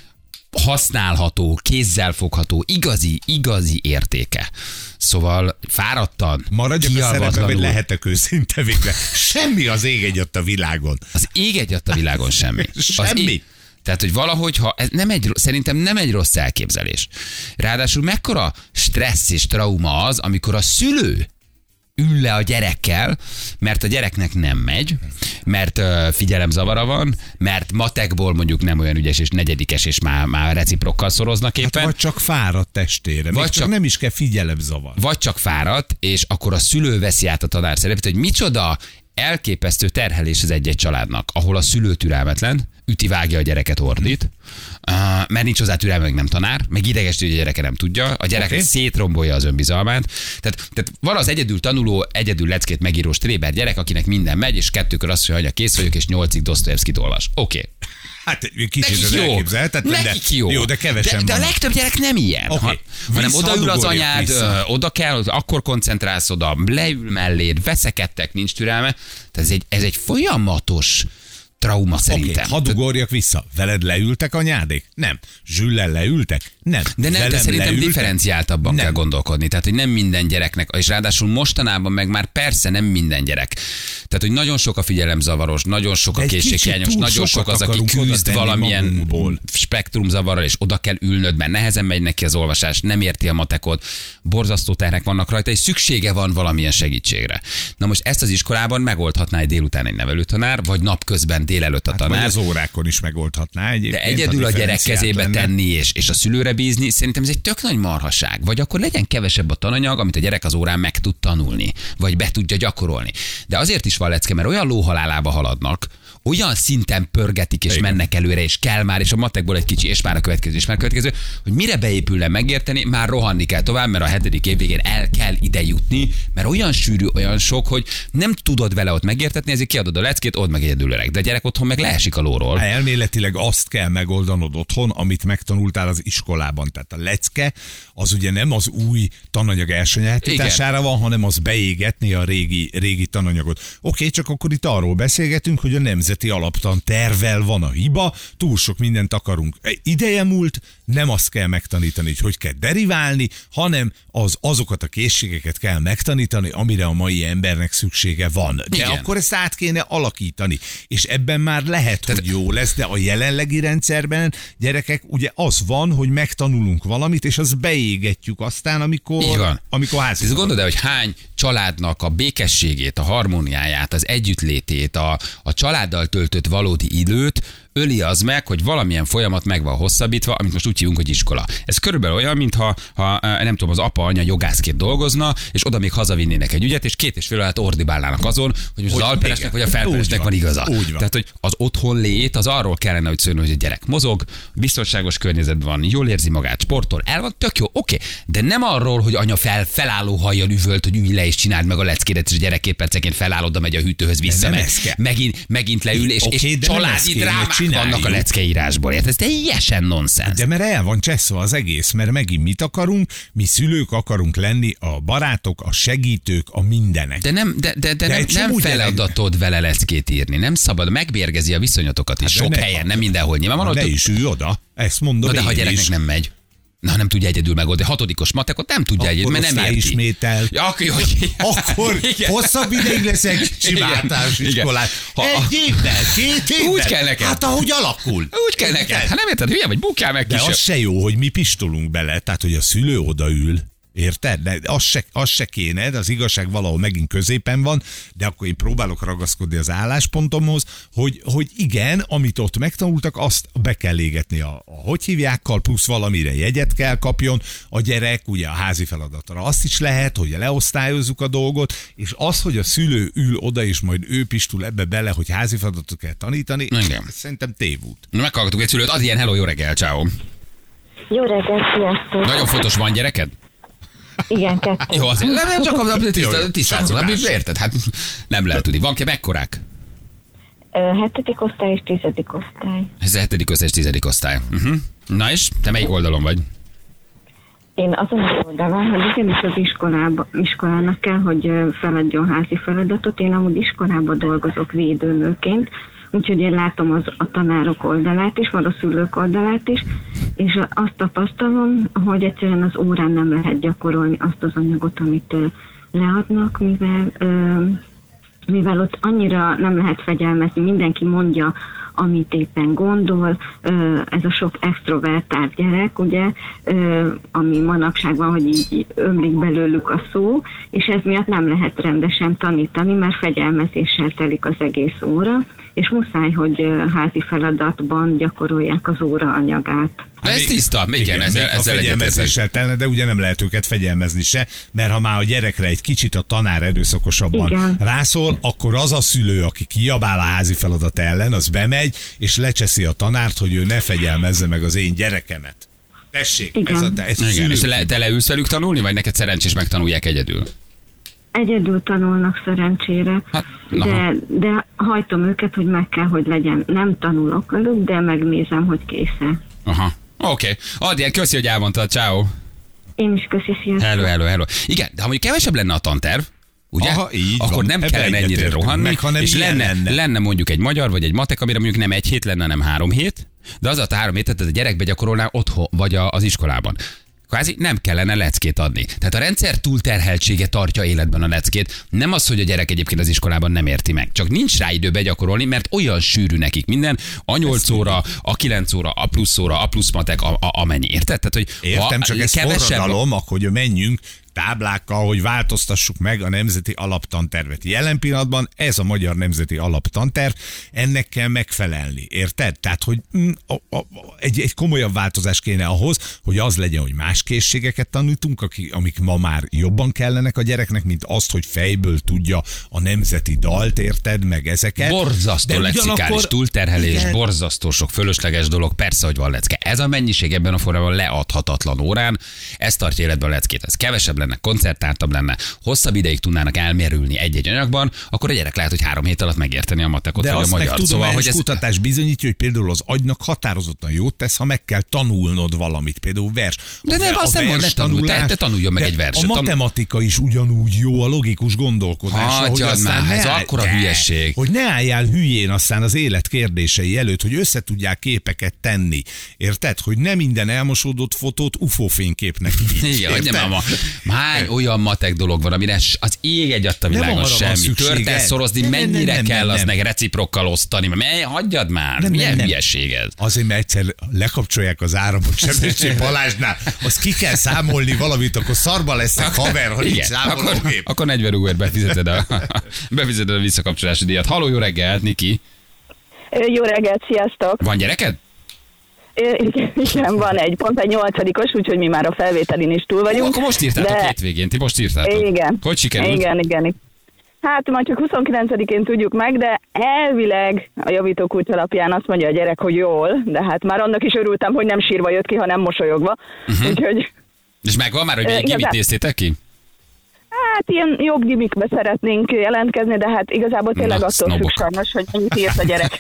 használható, kézzel fogható, igazi, igazi értéke. Szóval fáradtan, maradjak a szerepben, hogy lehetek őszinte végre. Semmi az ég egyat a világon. Az ég egyat a világon semmi. Semmi. Ég, tehát, hogy valahogy, ha ez nem egy, szerintem nem egy rossz elképzelés. Ráadásul mekkora stressz és trauma az, amikor a szülő ül le a gyerekkel, mert a gyereknek nem megy, mert uh, figyelemzavara van, mert matekból mondjuk nem olyan ügyes és negyedikes, és már, már reciprokkal szoroznak éppen. Hát vagy csak fáradt testére, vagy csak, csak nem is kell figyelemzavar. Vagy csak fáradt, és akkor a szülő veszi át a tanár szerepet, hogy micsoda elképesztő terhelés az egy-egy családnak, ahol a szülő türelmetlen, üti, vágja a gyereket, ordít, uh, mert nincs hozzá türelme, meg nem tanár, meg idegesítő, hogy a gyereke nem tudja, a gyerek okay. szétrombolja az önbizalmát. Tehát, tehát van az egyedül tanuló, egyedül leckét megíró stréber gyerek, akinek minden megy, és kettőkor azt mondja, hogy kész vagyok, és nyolcig Dostoyevskit olvas. Oké. Okay. Hát kicsit az elképzelhetetlen, de jó. jó, de kevesen de, de a legtöbb gyerek nem ilyen, okay. ha, hanem odaül az anyád, ö, oda kell, akkor koncentrálsz oda, leül melléd, veszekedtek, nincs türelme. Tehát ez egy, ez egy folyamatos trauma szerintem. Okay, hadd ugorjak vissza. Veled leültek anyádék? Nem. Zsüllel leültek? Nem. De nem, de szerintem leültek? Differenciáltabban nem. kell gondolkodni. Tehát, hogy nem minden gyereknek, és ráadásul mostanában meg már persze nem minden gyerek. Tehát, hogy nagyon sok a figyelemzavaros, nagyon sok a készséghiányos, nagyon sok az, aki küzd valamilyen magunkból. Spektrumzavarral, és oda kell ülnöd, mert nehezen megy neki az olvasás, nem érti a matekot, borzasztó terhek vannak rajta, és szüksége van valamilyen segítségre. Na most ezt az iskolában megoldhatná egy délután egy nevelőtanár, vagy napközben délelőtt a hát tanár. az órákon is megoldhatná egyébként. De egyedül a gyerek kezébe lenne. tenni és, és a szülőre bízni, szerintem ez egy tök nagy marhaság. Vagy akkor legyen kevesebb a tananyag, amit a gyerek az órán meg tud tanulni, vagy be tudja gyakorolni. De azért is van lecke, mert olyan lóhalálába haladnak, olyan szinten pörgetik és Igen. mennek előre, és kell már, és a matekból egy kicsi, és már a következő, és már a következő, hogy mire beépülne megérteni, már rohanni kell tovább, mert a hetedik év végén el kell ide jutni, mert olyan sűrű, olyan sok, hogy nem tudod vele ott megértetni, ezért kiadod a leckét, ott meg egyedül öreg. De a gyerek otthon meg leesik a lóról. Elméletileg azt kell megoldanod otthon, amit megtanultál az iskolában. Tehát a lecke az ugye nem az új tananyag elsajátítására van, hanem az beégetni a régi, régi tananyagot. Oké, csak akkor itt arról beszélgetünk, hogy a nemzeti alaptan tervvel van a hiba, túl sok mindent akarunk. Ideje múlt, nem azt kell megtanítani, hogy hogy kell deriválni, hanem az, azokat a készségeket kell megtanítani, amire a mai embernek szüksége van. De Igen. akkor ezt át kéne alakítani. És ebben már lehet, Tehát... hogy jó lesz, de a jelenlegi rendszerben, gyerekek, ugye az van, hogy megtanulunk valamit, és azt beégetjük aztán, amikor, amikor házi. Ez gondolod el, hogy hány családnak a békességét, a harmóniáját, az együttlétét, a, a családdal töltött valódi időt öli az meg, hogy valamilyen folyamat meg van hosszabbítva, amit most úgy hívunk, hogy iskola. Ez körülbelül olyan, mintha ha, nem tudom, az apa, anya jogászként dolgozna, és oda még hazavinnének egy ügyet, és két és fél órát ordibálnának azon, hogy most hogy az alperesnek vagy a felperesnek van, van igaza. Van. Tehát, hogy az otthon lét, az arról kellene, hogy szóljon, hogy a gyerek mozog, biztonságos környezetben van, jól érzi magát, sportol, el van, tök jó, oké. De nem arról, hogy anya fel, felálló hajjal üvölt, hogy ülj le és csináld meg a leckédet, és a gyerek két percenként feláll, oda megy a hűtőhöz vissza, meg, megint, megint leül, és, okay, és családi drámák vannak a leckeírásból. Érted? Ez teljesen nonsens. De mert el van cseszve az egész, mert megint mit akarunk? Mi szülők akarunk lenni a barátok, a segítők, a mindenek. De nem, de, de, de, de nem, nem feladatod vele leckét írni. Nem szabad, megbérgezi a viszonyatokat is. Hát sok helyen, ne, nem mindenhol. Nyilvánvalóan. Ne is ülj oda. Ezt mondom. Na de ha a gyereknek nem megy. Na, nem tudja egyedül megoldani. Hatodikos matekot nem tudja egyedül, mert nem érti. Ismétel. Ja, akkor, hogy... akkor hosszabb ideig lesz egy sima általános iskolát. Egy évvel, két évvel. Úgy kell neked. Hát ahogy alakul. Úgy kell neked. Hát nem érted, hülye vagy, bukjál meg kis. De az se jó, hogy mi pistolunk bele, tehát hogy a szülő odaül. Érted? De az se, az se kéne, de az igazság valahol megint középen van, de akkor én próbálok ragaszkodni az álláspontomhoz, hogy, hogy igen, amit ott megtanultak, azt be kell égetni a, a hogy hívjákkal, plusz valamire jegyet kell kapjon a gyerek, ugye a házi feladatra azt is lehet, hogy leosztályozzuk a dolgot, és az, hogy a szülő ül oda, és majd ő pistul ebbe bele, hogy házi feladatot kell tanítani, igen. Szerintem tévút. Na, meghallgatunk egy szülőt, ad ilyen hello, jó reggel, ciao. Jó reggel, sziasztok. Nagyon fontos, van gyereked? Igen, kettő. Jó, azért nem, nem csak a tisztázol, nem érted? Hát nem lehet tudni. Van-e mekkorák? Hetedik osztály és tizedik osztály. Ez a hetedik osztály és tizedik osztály. Uh-huh. Na és te melyik oldalon vagy? Én azon az oldalon, hogy igenis az iskolába, iskolának kell, hogy feladjon házi feladatot. Én amúgy iskolában dolgozok védőnőként, úgyhogy én látom az, a tanárok oldalát is, vagy a szülők oldalát is, és azt tapasztalom, hogy egyszerűen az órán nem lehet gyakorolni azt az anyagot, amit uh, leadnak, mivel, uh, mivel ott annyira nem lehet fegyelmezni, mindenki mondja, amit éppen gondol, uh, ez a sok extrovertált gyerek, ugye, uh, ami manapság van, hogy így ömlik belőlük a szó, és ez miatt nem lehet rendesen tanítani, mert fegyelmezéssel telik az egész óra, és muszáj, hogy házi feladatban gyakorolják az óra anyagát. Ez tiszta, igen, ezzel, ezzel fegyelmezéssel telne, de ugye nem lehet őket fegyelmezni se, mert ha már a gyerekre egy kicsit a tanár erőszakosabban igen. rászól, akkor az a szülő, aki kiabál a házi feladat ellen, az bemegy, és lecseszi a tanárt, hogy ő ne fegyelmezze meg az én gyerekemet. Tessék, igen. ez a te, ez igen. És le, te leülsz velük tanulni, vagy neked szerencsés megtanulják egyedül? Egyedül tanulnak szerencsére, hát, de, de hajtom őket, hogy meg kell, hogy legyen. Nem tanulok velük, de megnézem, hogy kész-e. Aha, oké. Okay. Adjál, köszi, hogy elmondtad, ciao. Én is köszi, sziasztok. Hello, hello, hello. Igen, de ha mondjuk kevesebb lenne a tanterv, ugye? Aha, akkor van. nem Ebbe kellene ennyire rohanni, meg, és lenne, lenne. lenne mondjuk egy magyar, vagy egy matek, amire mondjuk nem egy hét lenne, hanem három hét, de az a három hétet a gyerekbe gyakorolná otthon, vagy az iskolában. Kvázi nem kellene leckét adni. Tehát a rendszer túlterheltsége tartja életben a leckét. Nem az, hogy a gyerek egyébként az iskolában nem érti meg. Csak nincs rá idő begyakorolni, mert olyan sűrű nekik minden. A nyolc óra, a kilenc óra, a plusz óra, a plusz matek, a, a, amennyi. Érted? Tehát, hogy értem, csak ez kevesebb... forradalom, akkor menjünk táblákkal, hogy változtassuk meg a nemzeti alaptantervet. Jelen pillanatban ez a magyar nemzeti alaptanterv, ennek kell megfelelni, érted? Tehát, hogy mm, a, a, egy, egy komolyabb változás kéne ahhoz, hogy az legyen, hogy más készségeket tanítunk, akik, amik ma már jobban kellenek a gyereknek, mint azt, hogy fejből tudja a nemzeti dalt, érted, meg ezeket. Borzasztó lexikális ugyanakkor... túlterhelés, igen. borzasztó sok fölösleges dolog, persze, hogy van lecke. Ez a mennyiség ebben a formában leadhatatlan órán, ez tartja életben a leckét. Ez kevesebb lenne, koncertáltabb lenne, hosszabb ideig tudnának elmérülni egy-egy anyagban, akkor a gyerek lehet, hogy három hét alatt megérteni a matekot, de vagy a magyar. Tudom, szóval, hogy ez... kutatás bizonyítja, hogy például az agynak határozottan jót tesz, ha meg kell tanulnod valamit, például vers. De nem, azt nem mond, ne tanulj, te, te tanuljon meg egy verset. A matematika is ugyanúgy jó, a logikus gondolkodás. Hagyjad már, ez akkora hülyeség. Hogy ne álljál hülyén aztán az élet kérdései előtt, hogy össze tudják képeket tenni. Érted? Hogy nem minden elmosódott fotót u f o fényképnek így. Igen, hogy nem, hány olyan matek dolog van, amire az ég egy adta világon semmi. Körtel szorozni, nem, mennyire nem, nem, kell nem, az nem. meg reciprokkal osztani. Mely, hagyjad már, nem, milyen nem, hülyeség ez? Azért, mert egyszer lekapcsolják az áramot Sepsicsén Balázsnál, azt ki kell számolni valamit, akkor szarba lesznek haver, hogy így számológép. Akkor negyven rúgóért befizeted a, befizeted a visszakapcsolási díjat. Halló, jó reggelt, Niki! Jó reggelt, sziasztok! Van gyereked? Igen, igen, van egy, pont egy nyolcadikos, úgyhogy mi már a felvételin is túl vagyunk. Ó, akkor most írtátok de... hétvégén, ti most írtátok. Igen. Hogy sikerült? Igen, igen. Hát majd csak huszonkilencedikén tudjuk meg, de elvileg a javítókulcs alapján azt mondja a gyerek, hogy jól, de hát már annak is örültem, hogy nem sírva jött ki, hanem mosolyogva. Uh-huh. Úgyhogy... És megvan már, hogy milyen gimit néztétek ki? Hát ilyen jobb gimikbe szeretnénk jelentkezni, de hát igazából tényleg Na, attól függ sajnos, hogy mennyit írt a gyerek.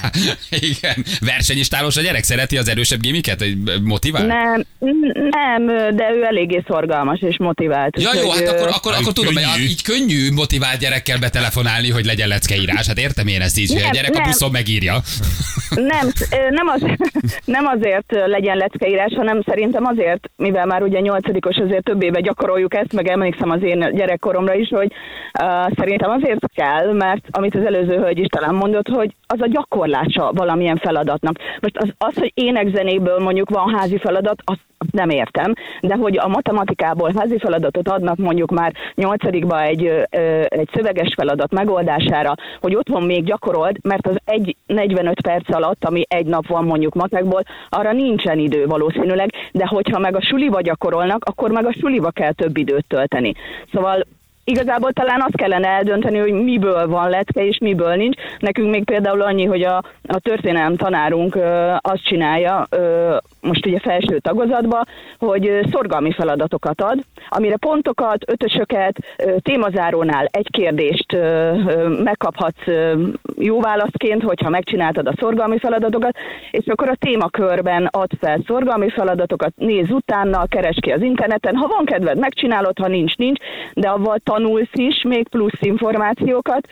Igen. Versenyistálós a gyerek? Szereti az erősebb gimiket? Motivál? Nem, nem, de ő eléggé szorgalmas és motivált. Ja, jó, hát akkor, akkor, akkor tudom, hogy könnyű. így könnyű motivált gyerekkel betelefonálni, hogy legyen leckeírás. Hát értem én ezt így, hogy a gyerek a buszon megírja. Nem, nem, az, nem azért legyen leckeírás, hanem szerintem azért, mivel már ugye nyolcadikos, azért több éve gyakoroljuk ezt, meg emlékszem az én gyerekkoromra is, hogy uh, szerintem azért kell, mert amit az előző hölgy is talán mondott, hogy az a gyakorlása valamilyen feladatnak. Most az, az hogy énekzenéből mondjuk van házi feladat, azt nem értem, de hogy a matematikából házi feladatot adnak mondjuk már nyolcadikba egy, ö, egy szöveges feladat megoldására, hogy otthon még gyakorold, mert az egy negyvenöt perc alatt, ami egy nap van mondjuk matekból, arra nincsen idő valószínűleg, de hogyha meg a suliba gyakorolnak, akkor meg a suliba kell több időt tölteni. Szóval igazából talán azt kellene eldönteni, hogy miből van lecke és miből nincs. Nekünk még például annyi, hogy a, a történelem tanárunk ö, azt csinálja, ö, most ugye felső tagozatba, hogy ö, szorgalmi feladatokat ad, amire pontokat, ötösöket, ö, témazárónál egy kérdést ö, ö, megkaphatsz ö, jó válaszként, hogyha megcsináltad a szorgalmi feladatokat, és akkor a témakörben ad fel szorgalmi feladatokat, nézz utána, keresd ki az interneten, ha van kedved, megcsinálod, ha nincs, nincs, de avval tanulsz is még plusz információkat,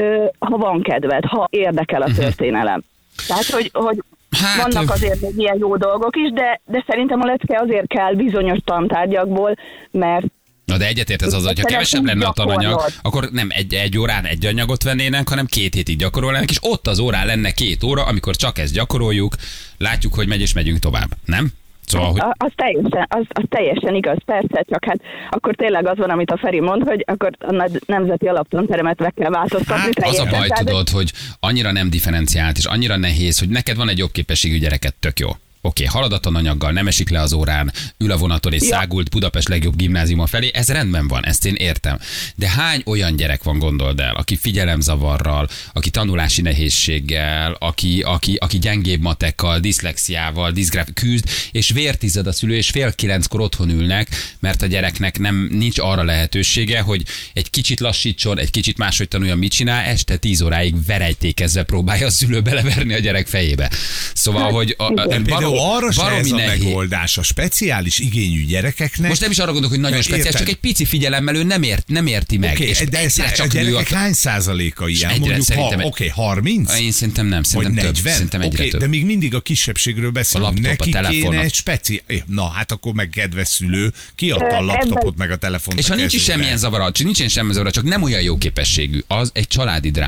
ha van kedved, ha érdekel a történelem. Tehát, hogy, hogy hát, vannak azért még ilyen jó dolgok is, de, de szerintem a lecke azért kell bizonyos tantárgyakból, mert Na de egyetért ez az, hogyha kevesebb lenne a tananyag, akkor nem egy, egy órán egy anyagot vennének, hanem két hétig gyakorolnának, és ott az órán lenne két óra, amikor csak ezt gyakoroljuk, látjuk, hogy megy és megyünk tovább, nem? Szóval, hogy... az, teljesen, az, az teljesen igaz, persze, csak hát akkor tényleg az van, amit a Feri mond, hogy akkor a nemzeti alaptanteremet meg kell változtatni. Hát, az a baj, tudod, hogy annyira nem differenciált, és annyira nehéz, hogy neked van egy jobb képességű gyereket, tök jó. Oké, okay, halad a tananyaggal, nem esik le az órán, ül a vonaton és ja. szágult Budapest legjobb gimnáziuma felé, ez rendben van, ezt én értem. De hány olyan gyerek van, gondold el, aki figyelemzavarral, aki tanulási nehézséggel, aki, aki, aki gyengébb matekkal, diszlexiával, diszgráf küzd, és vértized a szülő, és fél kilenckor otthon ülnek, mert a gyereknek nem nincs arra lehetősége, hogy egy kicsit lassítson, egy kicsit máshogy tanuljon, mit csinál, este tíz óráig verejtékezve próbálja a szülő beleverni a gyerek fejébe. Szóval, hát, hogy a, a, arra se ez a megoldás a speciális igényű gyerekeknek. Most nem is arra gondolok, hogy nagyon speciális, érted? Csak egy pici figyelemmel ő nem, ért, nem érti meg. Okay, és de ez csak a gyerekek a... hány százaléka ilyen? Mondjuk, ha, oké, okay, harminc? Én szerintem nem, szerintem vagy több. negyven? Szerintem egyre okay, több. De még mindig a kisebbségről beszélünk. A laptop, Neki a telefon. Kéne egy speci... Na, hát akkor meg kedves szülő, kiadta a laptopot meg a telefont. És ha nincs is semmilyen zavara, nincsen semmi zavara, csak nem olyan jó képességű, az egy családi dráma.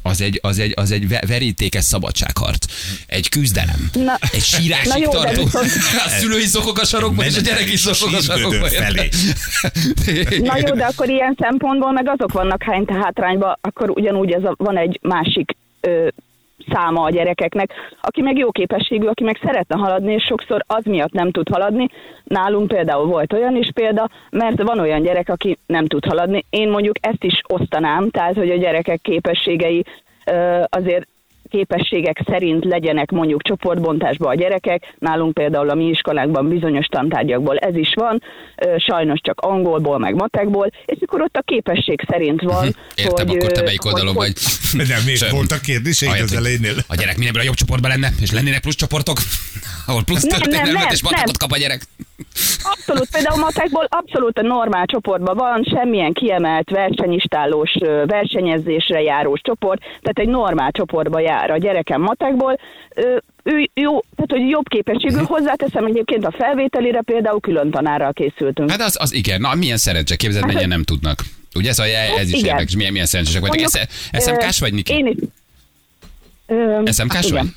az egy, az egy, az egy verítékes szabadságharc. Egy küzdelem. Na, egy sírásig na tartó. Viszont... A szülő is szokok a sarokba, és a gyerek is szokok a sarokba. Na jó, de akkor ilyen szempontból meg azok vannak hátrányban, akkor ugyanúgy ez a, van egy másik ö, száma a gyerekeknek, aki meg jó képességű, aki meg szeretne haladni, és sokszor az miatt nem tud haladni. Nálunk például volt olyan is példa, mert van olyan gyerek, aki nem tud haladni. Én mondjuk ezt is osztanám, tehát hogy a gyerekek képességei ö, azért képességek szerint legyenek mondjuk csoportbontásban a gyerekek. Nálunk például a mi iskolánkban bizonyos tantárgyakból ez is van, sajnos csak angolból, meg matekból, és akkor ott a képesség szerint van. Értem, hogy, akkor te melyik oldalon vagy. De miért volt a kérdés az elejénél? A gyerek mindenből a jobb csoportban lenne, és lennének plusz csoportok, ahol plusz történelmet és matekot kap a gyerek. Abszolút, például matekból abszolút a normál csoportban van, semmilyen kiemelt versenyistálós, versenyezésre járós csoport, tehát egy normál csoportba jár a gyerekem matekból. Ő jó, tehát hogy jobb képességű, hozzáteszem egyébként a felvételire például külön tanárral készültünk. Hát az, az igen, na milyen szerencse, képzeld, mennyien nem tudnak. Ugye ez, ez is érdekes, milyen, milyen szerencsések vagytok. es em ká-s vagy, Niki? Én is. es em ká-s vagy?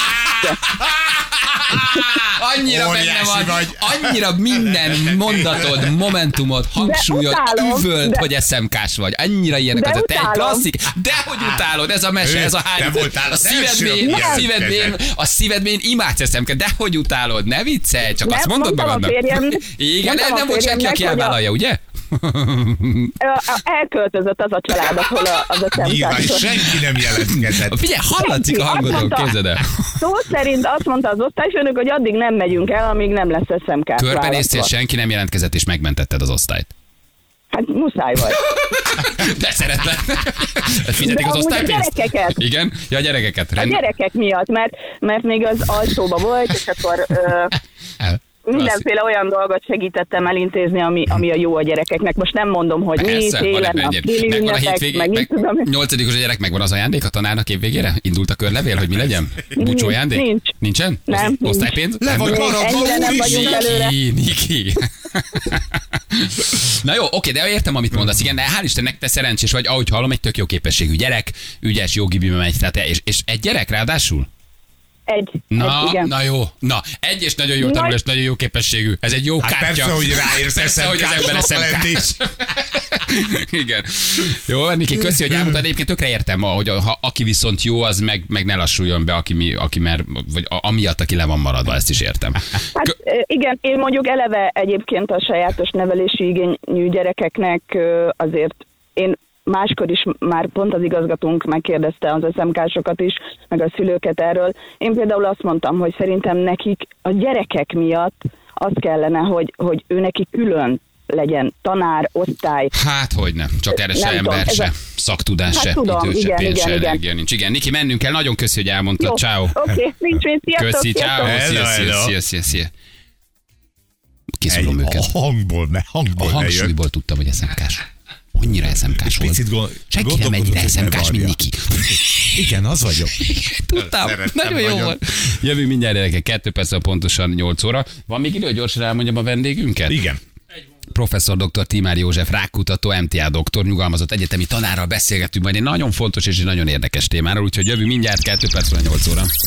Annyira benne van, vagy. Annyira minden mondatod, momentumod, hangsúlyod, üvölt, de, hogy es em ká-s vagy. Annyira ilyenek az, te egy klasszik. Dehogy utálod, ez a mese, ez a hány. A szívedmén, a szívedmén, a szívedmén imádsz es em ká, dehogy utálod, ne viccelj, csak nem, azt mondod magadnak. Igen, nem, nem volt senki, aki elvállalja, ugye? Elköltözött az a család, ahol az es em ká-s. Nyilván senki nem jelentkezett. Figyelj, hallatszik a hangodon, képzeld el. Szó szerint azt mondta az osztályfőnök, hogy addig nem megyünk el, amíg nem lesz es em ká-s. Körbenéztél, senki nem jelentkezett, és megmentetted az osztályt. Hát muszáj vagy. De szeretlek. Fizetik az osztálypénzt? A gyerekeket. Igen? Ja, a gyerekeket. Rend... A gyerekek miatt, mert, mert még az alsóba volt, és akkor... Ö... Mindenféle olyan dolgot segítettem elintézni, ami, ami a jó a gyerekeknek. Most nem mondom, hogy mi, télen, a téli ünnepek, meg mit tudom. Nyolcadikos a gyerek, megvan az ajándék a tanárnak évvégére? Indult a körlevél, hogy mi legyen? Búcsú ajándék? Nincs. Nincsen? Nem. Osztálypénz? Le vagy maradva, nem vagyunk előre. Niki, Niki. Na jó, oké, de értem, amit mondasz. Igen, de hál' Istennek te szerencsés vagy, ahogy hallom, egy tök jó képességű gyerek, ügyes, jó gibibe megy, tehát és, és egy gyerek ráadásul? Egy. Na, egy, igen. na jó, na, egy és nagyon jó tanulás, nagyon jó képességű. Ez egy jó hát kártya. Persze, hogy ráérsz persze, hogy az ember es em ká-s. Igen. Jó, Niki, köszi, hogy elmondtad. Egyébként tökre értem, hogy ha aki viszont jó, az meg, meg ne lassuljon be, aki, mi, aki mer, vagy amiatt, aki le van maradva, ezt is értem. Hát igen, én mondjuk eleve egyébként a sajátos nevelési igényű gyerekeknek azért én máskor is már pont az igazgatónk megkérdezte az es em ká-sokat is, meg a szülőket erről. Én például azt mondtam, hogy szerintem nekik a gyerekek miatt az kellene, hogy, hogy ő neki külön legyen tanár, osztály. Hát hogy nem, csak erre se ember, se a... szaktudás, hát se tudom, idő, igen, se pénz, igen, se igen. energia nincs. Igen, Niki, mennünk kell, nagyon köszi, hogy elmondtad. Ciao. Oké, okay, nincs mit, sziasztok. Köszi, ciao. Szia, szia, szia, szia. Kiszúrom őket. A hangból, ne, hangból A hangsúlyból tudtam, hogy es em ká-s. Annyira es em ká-s volt. Gond, senki nem ennyire es em ká-s, mint Niki. Igen, az vagyok. Tudtam, nagyon jó volt. Jövünk mindjárt, gyerekek, kettő perccel pontosan nyolc óra. Van még idő, hogy gyorsan elmondjam a vendégünket? Igen. Professzor dr. Tímár József, rákkutató, em té á doktor, nyugalmazott egyetemi tanárral beszélgetünk majd egy nagyon fontos és egy nagyon érdekes témáról, úgyhogy jövünk mindjárt, kettő perccel nyolc óra.